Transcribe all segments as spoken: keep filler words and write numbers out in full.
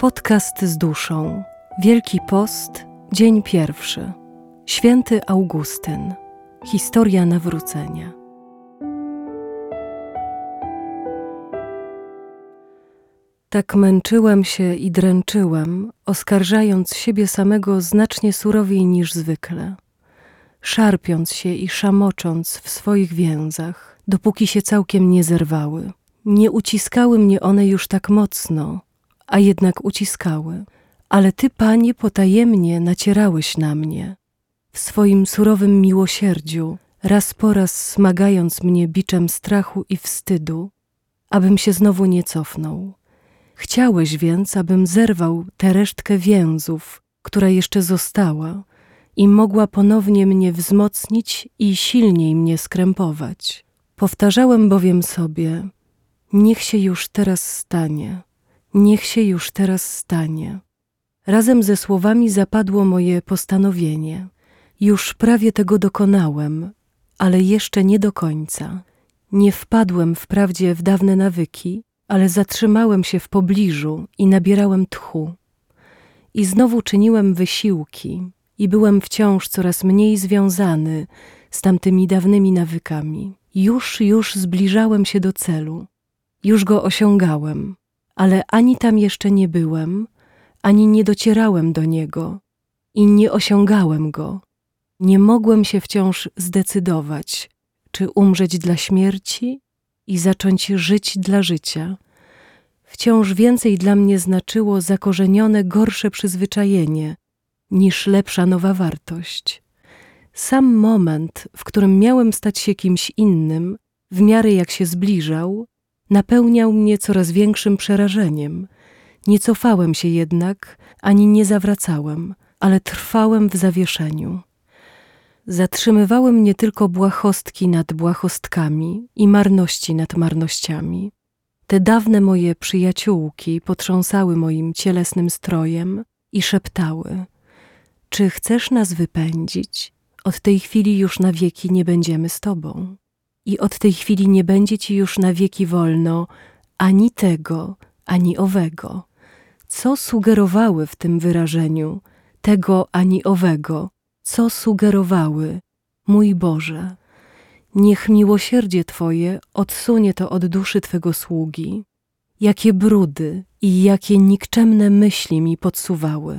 Podcast z duszą. Wielki Post, dzień pierwszy. Święty Augustyn. Historia nawrócenia. Tak męczyłem się i dręczyłem, oskarżając siebie samego znacznie surowiej niż zwykle, szarpiąc się i szamocząc w swoich więzach, dopóki się całkiem nie zerwały. Nie uciskały mnie one już tak mocno, a jednak uciskały. Ale Ty, Panie, potajemnie nacierałeś na mnie. W swoim surowym miłosierdziu, raz po raz smagając mnie biczem strachu i wstydu, abym się znowu nie cofnął. Chciałeś więc, abym zerwał tę resztkę więzów, która jeszcze została i mogła ponownie mnie wzmocnić i silniej mnie skrępować. Powtarzałem bowiem sobie, niech się już teraz stanie, niech się już teraz stanie. Razem ze słowami zapadło moje postanowienie. Już prawie tego dokonałem, ale jeszcze nie do końca. Nie wpadłem wprawdzie w dawne nawyki, ale zatrzymałem się w pobliżu i nabierałem tchu. I znowu czyniłem wysiłki i byłem wciąż coraz mniej związany z tamtymi dawnymi nawykami. Już, już zbliżałem się do celu. Już go osiągałem, ale ani tam jeszcze nie byłem, ani nie docierałem do niego i nie osiągałem go. Nie mogłem się wciąż zdecydować, czy umrzeć dla śmierci i zacząć żyć dla życia. Wciąż więcej dla mnie znaczyło zakorzenione gorsze przyzwyczajenie niż lepsza nowa wartość. Sam moment, w którym miałem stać się kimś innym, w miarę jak się zbliżał, napełniał mnie coraz większym przerażeniem. Nie cofałem się jednak, ani nie zawracałem, ale trwałem w zawieszeniu. Zatrzymywały mnie tylko błahostki nad błahostkami i marności nad marnościami. Te dawne moje przyjaciółki potrząsały moim cielesnym strojem i szeptały: czy chcesz nas wypędzić? Od tej chwili już na wieki nie będziemy z tobą. I od tej chwili nie będzie ci już na wieki wolno ani tego, ani owego. Co sugerowały w tym wyrażeniu tego ani owego? Co sugerowały? Mój Boże, niech miłosierdzie Twoje odsunie to od duszy Twego sługi. Jakie brudy i jakie nikczemne myśli mi podsuwały.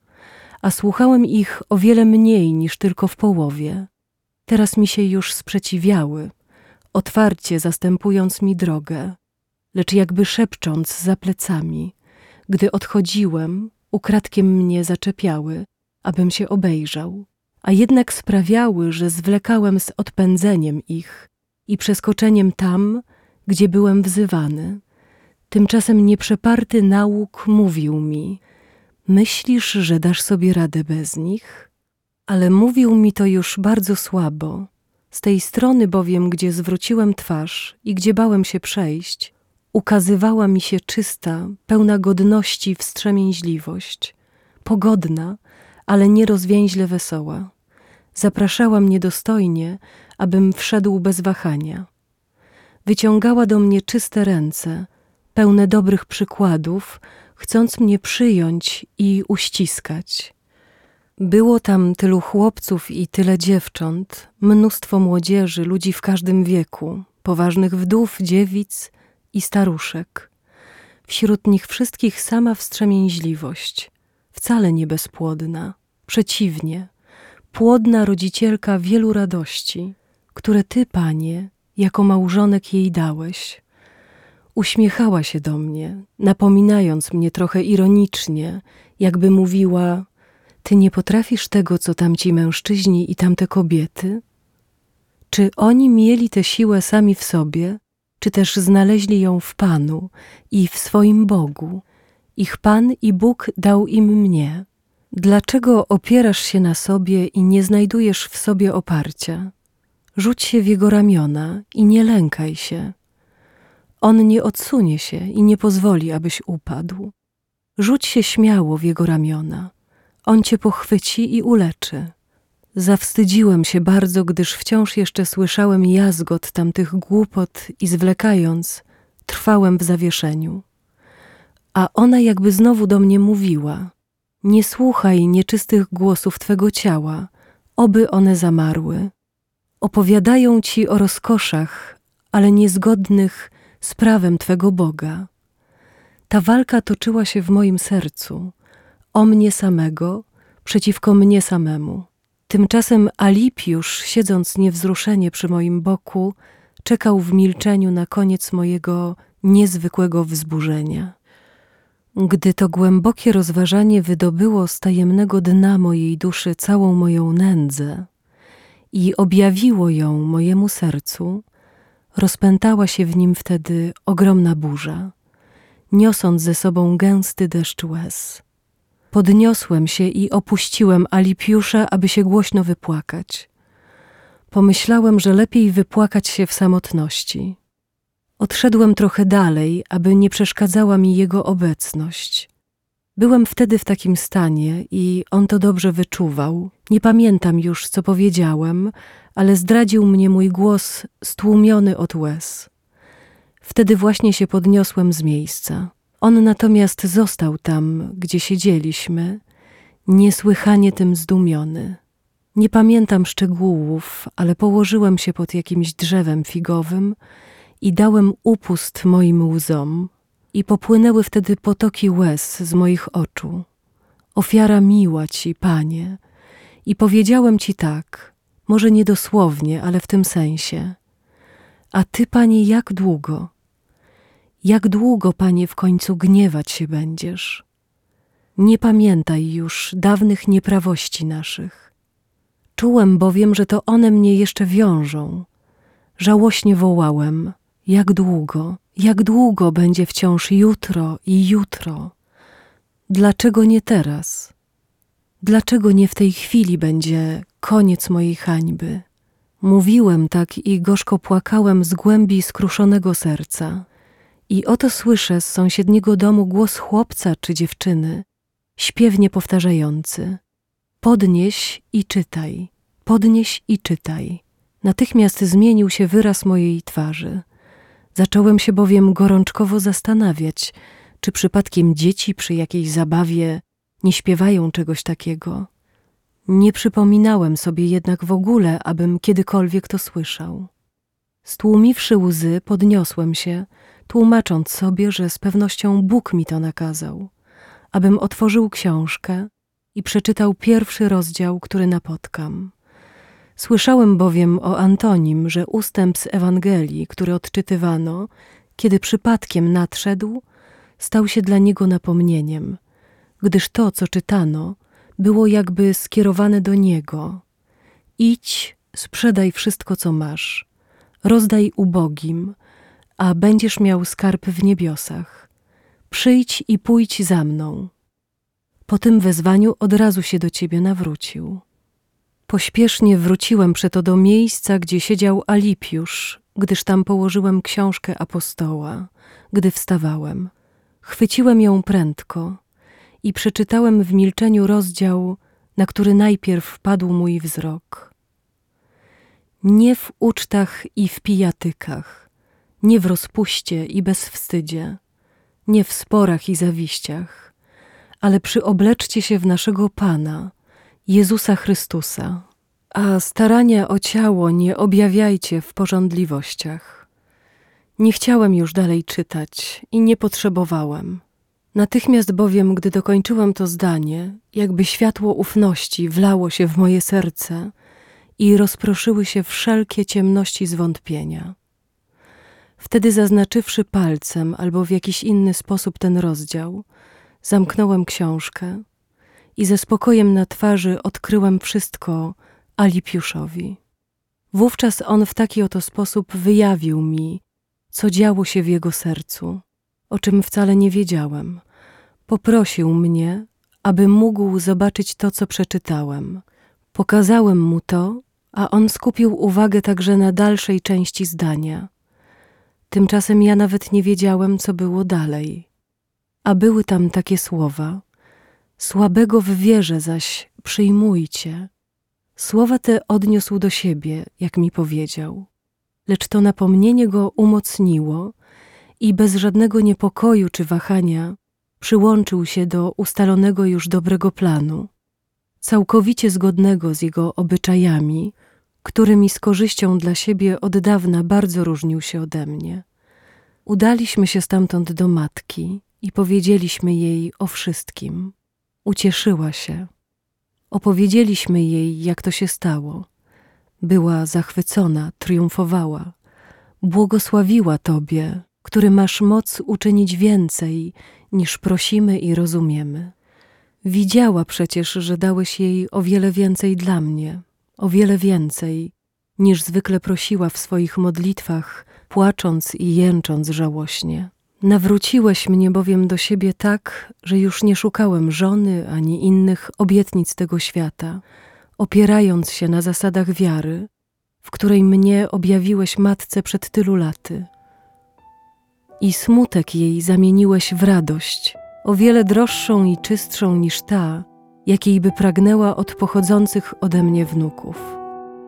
A słuchałem ich o wiele mniej niż tylko w połowie. Teraz mi się już sprzeciwiały, otwarcie zastępując mi drogę, lecz jakby szepcząc za plecami. Gdy odchodziłem, ukradkiem mnie zaczepiały, abym się obejrzał, a jednak sprawiały, że zwlekałem z odpędzeniem ich i przeskoczeniem tam, gdzie byłem wzywany. Tymczasem nieprzeparty nauk mówił mi: myślisz, że dasz sobie radę bez nich? Ale mówił mi to już bardzo słabo. Z tej strony bowiem, gdzie zwróciłem twarz i gdzie bałem się przejść, ukazywała mi się czysta, pełna godności wstrzemięźliwość, pogodna, ale nie rozwięźle wesoła. Zapraszała mnie dostojnie, abym wszedł bez wahania. Wyciągała do mnie czyste ręce, pełne dobrych przykładów, chcąc mnie przyjąć i uściskać. Było tam tylu chłopców i tyle dziewcząt, mnóstwo młodzieży, ludzi w każdym wieku, poważnych wdów, dziewic i staruszek. Wśród nich wszystkich sama wstrzemięźliwość, wcale nie bezpłodna, przeciwnie, płodna rodzicielka wielu radości, które Ty, Panie, jako małżonek jej dałeś. Uśmiechała się do mnie, napominając mnie trochę ironicznie, jakby mówiła: Ty nie potrafisz tego, co tamci mężczyźni i tamte kobiety? Czy oni mieli tę siłę sami w sobie, czy też znaleźli ją w Panu i w swoim Bogu? Ich Pan i Bóg dał im mnie. Dlaczego opierasz się na sobie i nie znajdujesz w sobie oparcia? Rzuć się w Jego ramiona i nie lękaj się. On nie odsunie się i nie pozwoli, abyś upadł. Rzuć się śmiało w Jego ramiona. On cię pochwyci i uleczy. Zawstydziłem się bardzo, gdyż wciąż jeszcze słyszałem jazgot tamtych głupot i zwlekając, trwałem w zawieszeniu. A ona jakby znowu do mnie mówiła: nie słuchaj nieczystych głosów twego ciała, oby one zamarły. Opowiadają ci o rozkoszach, ale niezgodnych z prawem twego Boga. Ta walka toczyła się w moim sercu, o mnie samego przeciwko mnie samemu. Tymczasem Alipiusz, siedząc niewzruszenie przy moim boku, czekał w milczeniu na koniec mojego niezwykłego wzburzenia. Gdy to głębokie rozważanie wydobyło z tajemnego dna mojej duszy całą moją nędzę i objawiło ją mojemu sercu, rozpętała się w nim wtedy ogromna burza, niosąc ze sobą gęsty deszcz łez. Podniosłem się i opuściłem Alipiusza, aby się głośno wypłakać. Pomyślałem, że lepiej wypłakać się w samotności. Odszedłem trochę dalej, aby nie przeszkadzała mi jego obecność. Byłem wtedy w takim stanie i on to dobrze wyczuwał. Nie pamiętam już, co powiedziałem, ale zdradził mnie mój głos stłumiony od łez. Wtedy właśnie się podniosłem z miejsca. On natomiast został tam, gdzie siedzieliśmy, niesłychanie tym zdumiony. Nie pamiętam szczegółów, ale położyłem się pod jakimś drzewem figowym i dałem upust moim łzom i popłynęły wtedy potoki łez z moich oczu. Ofiara miła ci, Panie, i powiedziałem ci tak, może nie dosłownie, ale w tym sensie. A ty, Panie, jak długo? Jak długo, Panie, w końcu gniewać się będziesz? Nie pamiętaj już dawnych nieprawości naszych. Czułem bowiem, że to one mnie jeszcze wiążą. Żałośnie wołałem: jak długo, jak długo będzie wciąż jutro i jutro? Dlaczego nie teraz? Dlaczego nie w tej chwili będzie koniec mojej hańby? Mówiłem tak i gorzko płakałem z głębi skruszonego serca. I oto słyszę z sąsiedniego domu głos chłopca czy dziewczyny, śpiewnie powtarzający: podnieś i czytaj, podnieś i czytaj. Natychmiast zmienił się wyraz mojej twarzy. Zacząłem się bowiem gorączkowo zastanawiać, czy przypadkiem dzieci przy jakiejś zabawie nie śpiewają czegoś takiego. Nie przypominałem sobie jednak w ogóle, abym kiedykolwiek to słyszał. Stłumiwszy łzy, podniosłem się, tłumacząc sobie, że z pewnością Bóg mi to nakazał, abym otworzył książkę i przeczytał pierwszy rozdział, który napotkam. Słyszałem bowiem o Antonim, że ustęp z Ewangelii, który odczytywano, kiedy przypadkiem nadszedł, stał się dla niego napomnieniem, gdyż to, co czytano, było jakby skierowane do niego. Idź, sprzedaj wszystko, co masz, rozdaj ubogim, a będziesz miał skarb w niebiosach. Przyjdź i pójdź za mną. Po tym wezwaniu od razu się do ciebie nawrócił. Pośpiesznie wróciłem przeto do miejsca, gdzie siedział Alipiusz, gdyż tam położyłem książkę apostoła, gdy wstawałem. Chwyciłem ją prędko i przeczytałem w milczeniu rozdział, na który najpierw wpadł mój wzrok. Nie w ucztach i w pijatykach, nie w rozpuście i bezwstydzie, nie w sporach i zawiściach, ale przyobleczcie się w naszego Pana, Jezusa Chrystusa, a starania o ciało nie objawiajcie w pożądliwościach. Nie chciałem już dalej czytać i nie potrzebowałem. Natychmiast bowiem, gdy dokończyłem to zdanie, jakby światło ufności wlało się w moje serce i rozproszyły się wszelkie ciemności zwątpienia. Wtedy, zaznaczywszy palcem albo w jakiś inny sposób ten rozdział, zamknąłem książkę i ze spokojem na twarzy odkryłem wszystko Alipiuszowi. Wówczas on w taki oto sposób wyjawił mi, co działo się w jego sercu, o czym wcale nie wiedziałem. Poprosił mnie, aby mógł zobaczyć to, co przeczytałem. Pokazałem mu to, a on skupił uwagę także na dalszej części zdania. Tymczasem ja nawet nie wiedziałem, co było dalej. A były tam takie słowa: słabego w wierze zaś przyjmujcie. Słowa te odniósł do siebie, jak mi powiedział. Lecz to napomnienie go umocniło i bez żadnego niepokoju czy wahania przyłączył się do ustalonego już dobrego planu, całkowicie zgodnego z jego obyczajami, którymi z korzyścią dla siebie od dawna bardzo różnił się ode mnie. Udaliśmy się stamtąd do matki i powiedzieliśmy jej o wszystkim. Ucieszyła się. Opowiedzieliśmy jej, jak to się stało. Była zachwycona, triumfowała. Błogosławiła Tobie, który masz moc uczynić więcej, niż prosimy i rozumiemy. Widziała przecież, że dałeś jej o wiele więcej dla mnie, o wiele więcej, niż zwykle prosiła w swoich modlitwach, płacząc i jęcząc żałośnie. Nawróciłeś mnie bowiem do siebie tak, że już nie szukałem żony ani innych obietnic tego świata, opierając się na zasadach wiary, w której mnie objawiłeś matce przed tylu laty. I smutek jej zamieniłeś w radość, o wiele droższą i czystszą niż ta, jakiej by pragnęła od pochodzących ode mnie wnuków.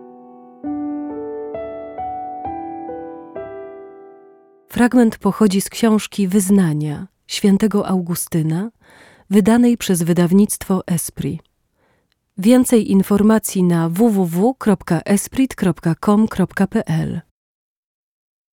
Fragment pochodzi z książki Wyznania świętego Augustyna, wydanej przez wydawnictwo Esprit. Więcej informacji na w w w kropka esprit kropka com kropka p l.